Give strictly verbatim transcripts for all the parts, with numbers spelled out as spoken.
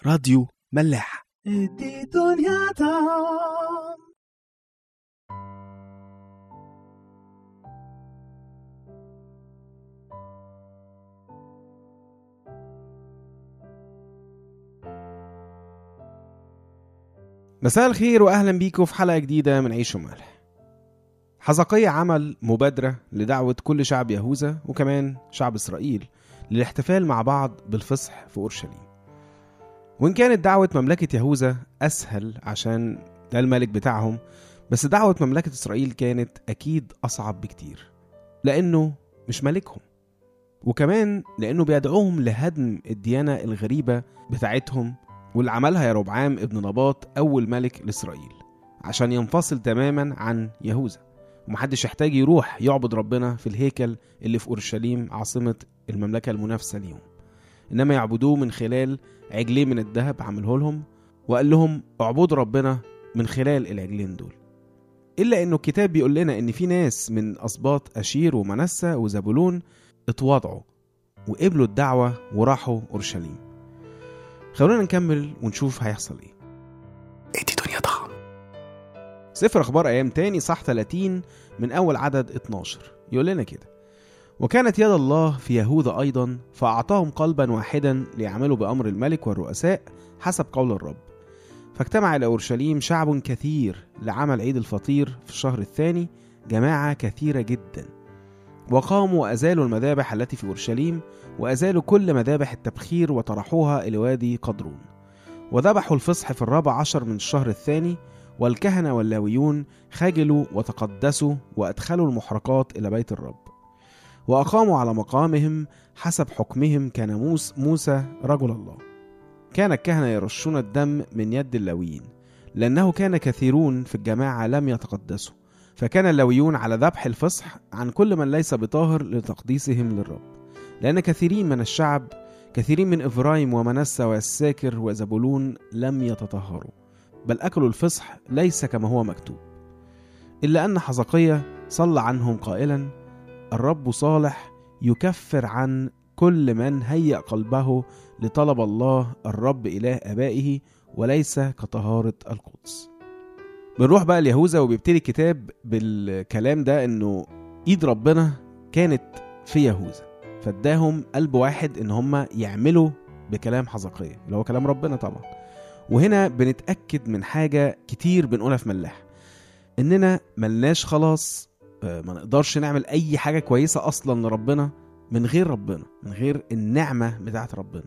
راديو ملاح. دي دنيا دام. مساء الخير واهلا بيكم في حلقة جديدة من عيش وملح. حزقية عمل مبادرة لدعوة كل شعب يهوذا وكمان شعب إسرائيل للاحتفال مع بعض بالفصح في أورشليم. وإن كانت دعوة مملكة يهوذا أسهل عشان ده الملك بتاعهم، بس دعوة مملكة إسرائيل كانت أكيد أصعب بكتير، لأنه مش ملكهم، وكمان لأنه بيدعوهم لهدم الديانة الغريبة بتاعتهم واللي عملها يربعام ابن نباط أول ملك لإسرائيل عشان ينفصل تماما عن يهوذا، ومحدش يحتاج يروح يعبد ربنا في الهيكل اللي في أورشليم عاصمة المملكة المنافسة ليهم، إنما يعبدوه من خلال عجلين من الذهب عمله لهم، وقال لهم اعبدوا ربنا من خلال العجلين دول. إلا إنه الكتاب بيقول لنا إن في ناس من أسباط أشير ومنسى وزبولون اتواضعوا وقبلوا الدعوة وراحوا أورشليم. خلونا نكمل ونشوف هيحصل إيه. دي دنيا دام. سفر أخبار أيام تاني صح ثلاثين من أول عدد اتناشر يقول لنا كده: وكانت يد الله في يهوذا أيضا فأعطاهم قلبا واحدا ليعملوا بأمر الملك والرؤساء حسب قول الرب. فاجتمع إلى أورشليم شعب كثير لعمل عيد الفطير في الشهر الثاني، جماعة كثيرة جدا، وقاموا وأزالوا المذابح التي في أورشليم وأزالوا كل مذابح التبخير وطرحوها إلى وادي قدرون، وذبحوا الفصح في الرابع عشر من الشهر الثاني، والكهنة واللاويون خجلوا وتقدسوا وأدخلوا المحرقات إلى بيت الرب، وأقاموا على مقامهم حسب حكمهم كناموس موسى رجل الله. كان الكهنة يرشون الدم من يد اللاويين، لأنه كان كثيرون في الجماعة لم يتقدسوا، فكان اللاويون على ذبح الفصح عن كل من ليس بطاهر لتقديسهم للرب، لأن كثيرين من الشعب كثيرين من إفرايم ومنسى والساكر وزبولون لم يتطهروا، بل أكلوا الفصح ليس كما هو مكتوب. إلا أن حزقية صلى عنهم قائلا: الرب صالح يكفر عن كل من هيأ قلبه لطلب الله الرب إله آبائه وليس كطهارة القدس. بنروح بقى ليهوذا وبيبتدي الكتاب بالكلام ده إنه إيد ربنا كانت في يهوذا، فاداهم قلب واحد إن هم يعملوا بكلام حزقية اللي هو كلام ربنا طبعا. وهنا بنتأكد من حاجة كتير بنقولها في ملاح، إننا ملناش خلاص، ما نقدرش نعمل أي حاجة كويسة أصلا لربنا من غير ربنا، من غير النعمة بتاعت ربنا.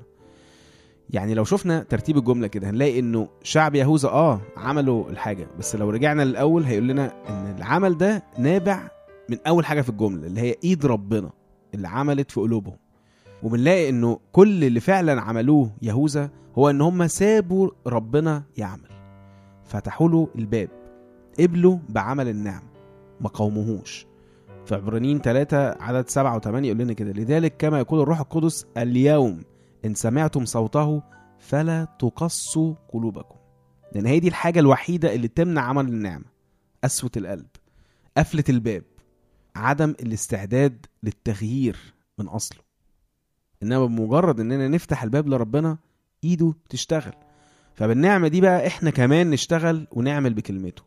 يعني لو شفنا ترتيب الجملة كده هنلاقي إنه شعب يهوذا آه عملوا الحاجة، بس لو رجعنا للأول هيقول لنا إن العمل ده نابع من أول حاجة في الجملة اللي هي إيد ربنا اللي عملت في قلوبهم. وبنلاقي إنه كل اللي فعلا عملوه يهوذا هو إن هم سابوا ربنا يعمل، فتحوا له الباب، قبلوا بعمل النعم، ما قاوموهوش. في عبرانيين ثلاثة عدد سبعة وثمانية يقول لنا كده: لذلك كما يقول الروح القدس اليوم إن سمعتم صوته فلا تقصوا قلوبكم. لأن هي دي الحاجة الوحيدة اللي تمنع عمل النعمة، قسوة القلب، قفلة الباب، عدم الاستعداد للتغيير من أصله. إنما بمجرد إننا نفتح الباب لربنا إيده تشتغل، فبالنعمة دي بقى إحنا كمان نشتغل ونعمل بكلمته.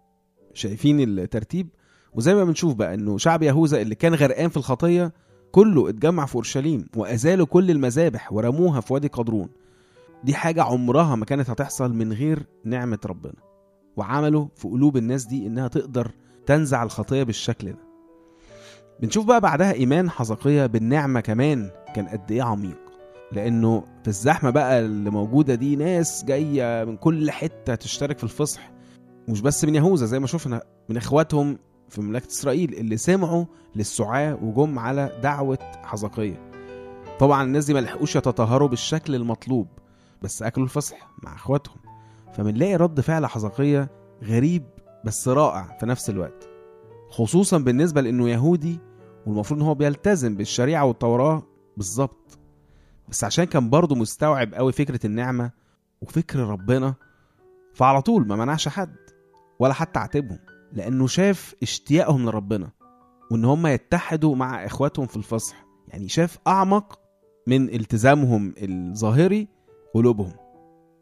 شايفين الترتيب؟ وزي ما بنشوف بقى إنه شعب يهوذا اللي كان غرقان في الخطية كله اتجمع في أورشليم وأزالوا كل المذابح ورموها في وادي قدرون. دي حاجة عمرها ما كانت هتحصل من غير نعمة ربنا، وعملوا في قلوب الناس دي إنها تقدر تنزع الخطية بالشكل ده. بنشوف بقى بعدها إيمان حزقية بالنعمة كمان كان قد إيه عميق، لأنه في الزحمة بقى اللي موجودة دي ناس جاية من كل حتة تشترك في الفصح، مش بس من يهوذا زي ما شفنا، من إخواتهم في مملكة إسرائيل اللي سمعوا للسعاة وجم على دعوة حزقية. طبعا الناس دي ما لحقوش يتطهروا بالشكل المطلوب، بس أكلوا الفصح مع إخواتهم. فمنلاقي رد فعل حزقية غريب بس رائع في نفس الوقت، خصوصا بالنسبة لأنه يهودي والمفروض أنه بيلتزم بالشريعة والتوراة بالظبط، بس عشان كان برضو مستوعب قوي فكرة النعمة وفكر ربنا، فعلى طول ما منعش حد ولا حتى عاتبهم، لأنه شاف اشتياقهم لربنا وإن هم يتحدوا مع إخواتهم في الفصح. يعني شاف أعمق من التزامهم الظاهري قلوبهم،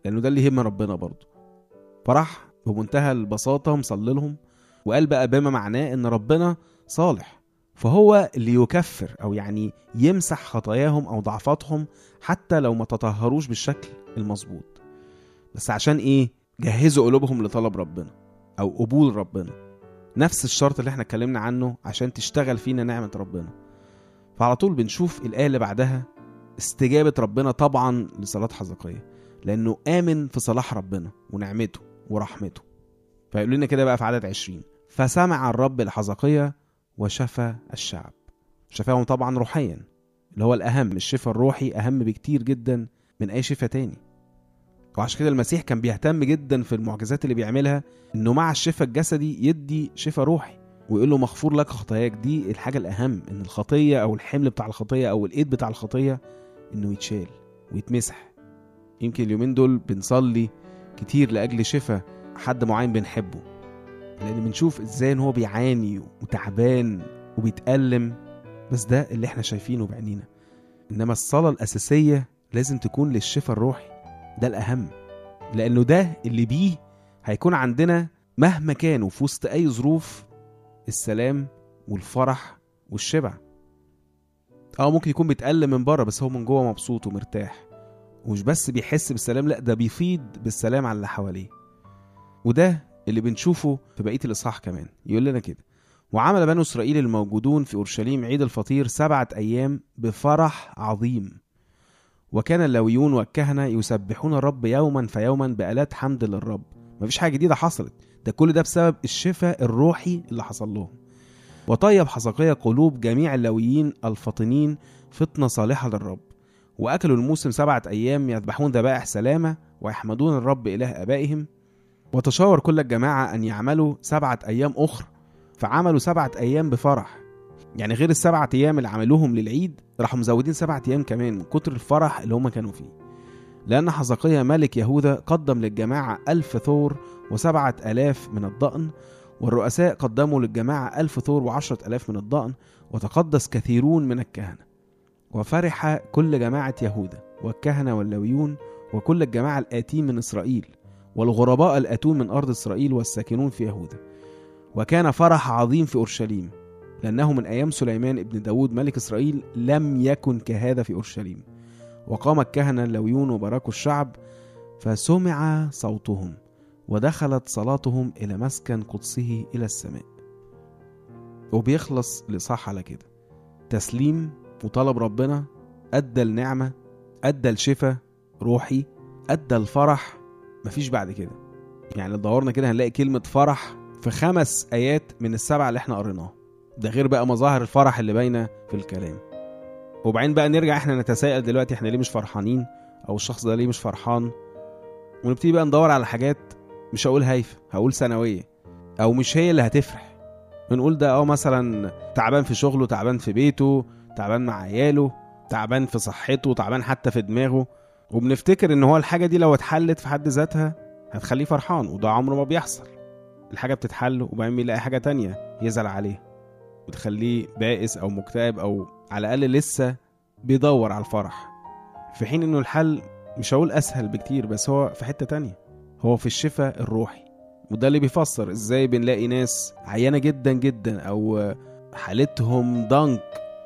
لأنه ده اللي يهم ربنا برضو. فراح بمنتهى البساطة مصلي لهم وقال بقى بما معناه إن ربنا صالح، فهو اللي يكفر أو يعني يمسح خطاياهم أو ضعفاتهم حتى لو ما تطهروش بالشكل المظبوط. بس عشان إيه؟ جهزوا قلوبهم لطلب ربنا أو قبول ربنا، نفس الشرط اللي احنا اتكلمنا عنه عشان تشتغل فينا نعمة ربنا. فعلى طول بنشوف الآية اللي بعدها استجابة ربنا طبعا لصلاة حزقية، لأنه آمن في صلاح ربنا ونعمته ورحمته. فيقول لنا كده بقى في عدد عشرين: فسمع الرب لحزقية وشفى الشعب. شفاهم طبعا روحيا، اللي هو الأهم. الشفاء الروحي أهم بكتير جدا من أي شفاء تاني. وعشان كده المسيح كان بيهتم جدا في المعجزات اللي بيعملها إنه مع الشفاء الجسدي يدي شفاء روحي ويقول له مغفور لك خطاياك. دي الحاجة الأهم، إن الخطية أو الحمل بتاع الخطية أو الإيد بتاع الخطية إنه يتشال ويتمسح. يمكن اليومين دول بنصلي كتير لأجل شفاء حد معين بنحبه، لأن بنشوف إزاي إن هو بيعاني وتعبان وبيتألم، بس ده اللي إحنا شايفينه بعينينا. إنما الصلاة الأساسية لازم تكون للشفاء الروحي، ده الأهم، لأنه ده اللي بيه هيكون عندنا مهما كانوا في وسط أي ظروف السلام والفرح والشبع. أو ممكن يكون بيتألم من بره بس هو من جوه مبسوط ومرتاح، ومش بس بيحس بالسلام، لأ ده بيفيض بالسلام على اللي حواليه. وده اللي بنشوفه في بقية الإصحاح كمان. يقول لنا كده: وعمل بنو إسرائيل الموجودون في أورشليم عيد الفطير سبعة أيام بفرح عظيم، وكان اللاويون والكهنة يسبحون الرب يوما فيوما بآلات حمد للرب. مفيش حاجة جديدة حصلت، ده كل ده بسبب الشفاء الروحي اللي حصل لهم. وطيب حزقية قلوب جميع اللاويين الفاطنين فطنة صالحة للرب، وأكلوا الموسم سبعة أيام يذبحون ذبائح سلامة ويحمدون الرب إله آبائهم. وتشاور كل الجماعة أن يعملوا سبعة أيام أخرى، فعملوا سبعة أيام بفرح. يعني غير السبعة أيام اللي عملوهم للعيد راحوا مزودين سبعة أيام كمان من كتر الفرح اللي هم كانوا فيه. لأن حزقية ملك يهوذا قدم للجماعة ألف ثور وسبعة ألاف من الضأن، والرؤساء قدموا للجماعة ألف ثور وعشرة ألاف من الضأن، وتقدس كثيرون من الكهنة. وفرح كل جماعة يهوذا والكهنة واللاويون وكل الجماعة الآتين من إسرائيل والغرباء الآتون من أرض إسرائيل والساكنون في يهوذا. وكان فرح عظيم في أورشليم، لأنه من أيام سليمان ابن داود ملك إسرائيل لم يكن كهذا في أورشليم. وقام الكهنة اللاويون وباركوا الشعب، فسمع صوتهم ودخلت صلاتهم إلى مسكن قدسه إلى السماء. وبيخلص الإصحاح على كده: تسليم وطلب ربنا أدى النعمة، أدى الشفاء روحي، أدى الفرح. مفيش بعد كده. يعني دورنا كده هنلاقي كلمة فرح في خمس آيات من السبعة اللي احنا قريناها، ده غير بقى مظاهر الفرح اللي باينة في الكلام. وبعدين بقى نرجع احنا نتساءل دلوقتي احنا ليه مش فرحانين، او الشخص ده ليه مش فرحان، ونبتدي بقى ندور على حاجات مش هقول هايفة، هقول ثانوية، او مش هي اللي هتفرح. بنقول ده اه مثلا تعبان في شغله، تعبان في بيته، تعبان مع عياله، تعبان في صحته، تعبان حتى في دماغه، وبنفتكر ان هو الحاجة دي لو اتحلت في حد ذاتها هتخليه فرحان، وده عمره ما بيحصل. الحاجة بتتحل وبعدين بيلاقي حاجة تانية يزعل عليها وتخليه بائس او مكتئب، او على الاقل لسه بيدور على الفرح، في حين انه الحل مش هقول اسهل بكتير، بس هو في حتة تانية، هو في الشفاء الروحي. وده اللي بيفسر ازاي بنلاقي ناس عيانة جدا جدا او حالتهم ضنك،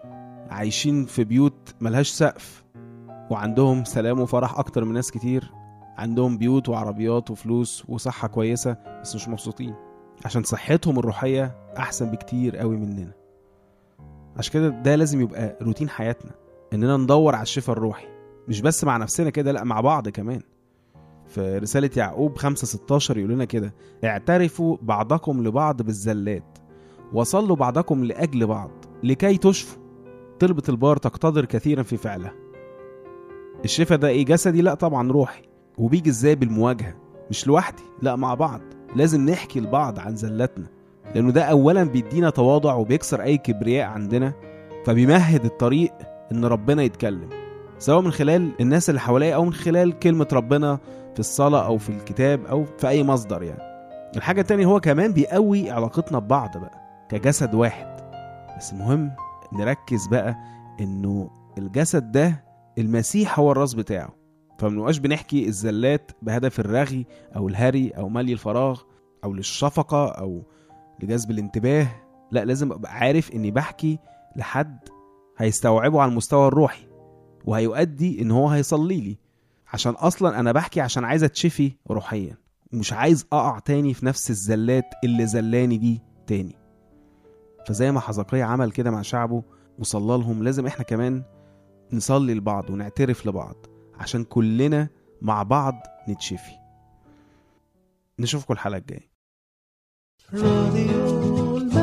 عايشين في بيوت ملهاش سقف، وعندهم سلام وفرح اكتر من ناس كتير عندهم بيوت وعربيات وفلوس وصحة كويسة بس مش مبسوطين، عشان صحتهم الروحية احسن بكتير قوي مننا. عشان كده ده لازم يبقى روتين حياتنا، اننا ندور على الشفاء الروحي، مش بس مع نفسنا كده، لا مع بعض كمان. في رسالة يعقوب خمسة ستاشر يقول لنا كده: اعترفوا بعضكم لبعض بالزلات وصلوا بعضكم لأجل بعض لكي تشفوا، طلبة البار تقتدر كثيرا في فعلها. الشفاء ده ايه؟ جسدي؟ لا طبعا روحي. وبيجي ازاي؟ بالمواجهة، مش لوحدي، لا مع بعض. لازم نحكي لبعض عن زلاتنا، لأنه ده أولا بيدينا تواضع وبيكسر أي كبرياء عندنا، فبيمهد الطريق إن ربنا يتكلم، سواء من خلال الناس اللي حواليه أو من خلال كلمة ربنا في الصلاة أو في الكتاب أو في أي مصدر. يعني الحاجة التانية هو كمان بيقوي علاقتنا ببعض بقى كجسد واحد. بس مهم نركز بقى إنه الجسد ده المسيح هو الرأس بتاعه، فمنبقاش بنحكي الزلات بهدف الرغي أو الهري أو ملي الفراغ أو للشفقة أو لجذب الانتباه. لا، لازم أبقى عارف إني بحكي لحد هيستوعبه على المستوى الروحي وهيؤدي إن هو هيصلي لي، عشان أصلا أنا بحكي عشان عايز أتشفي روحيا ومش عايز أقع تاني في نفس الزلات اللي زلاني دي تاني. فزي ما حزقيا عمل كده مع شعبه وصلى لهم، لازم إحنا كمان نصلي لبعض ونعترف لبعض عشان كلنا مع بعض نتشفي. نشوفكم الحلقة الجاية.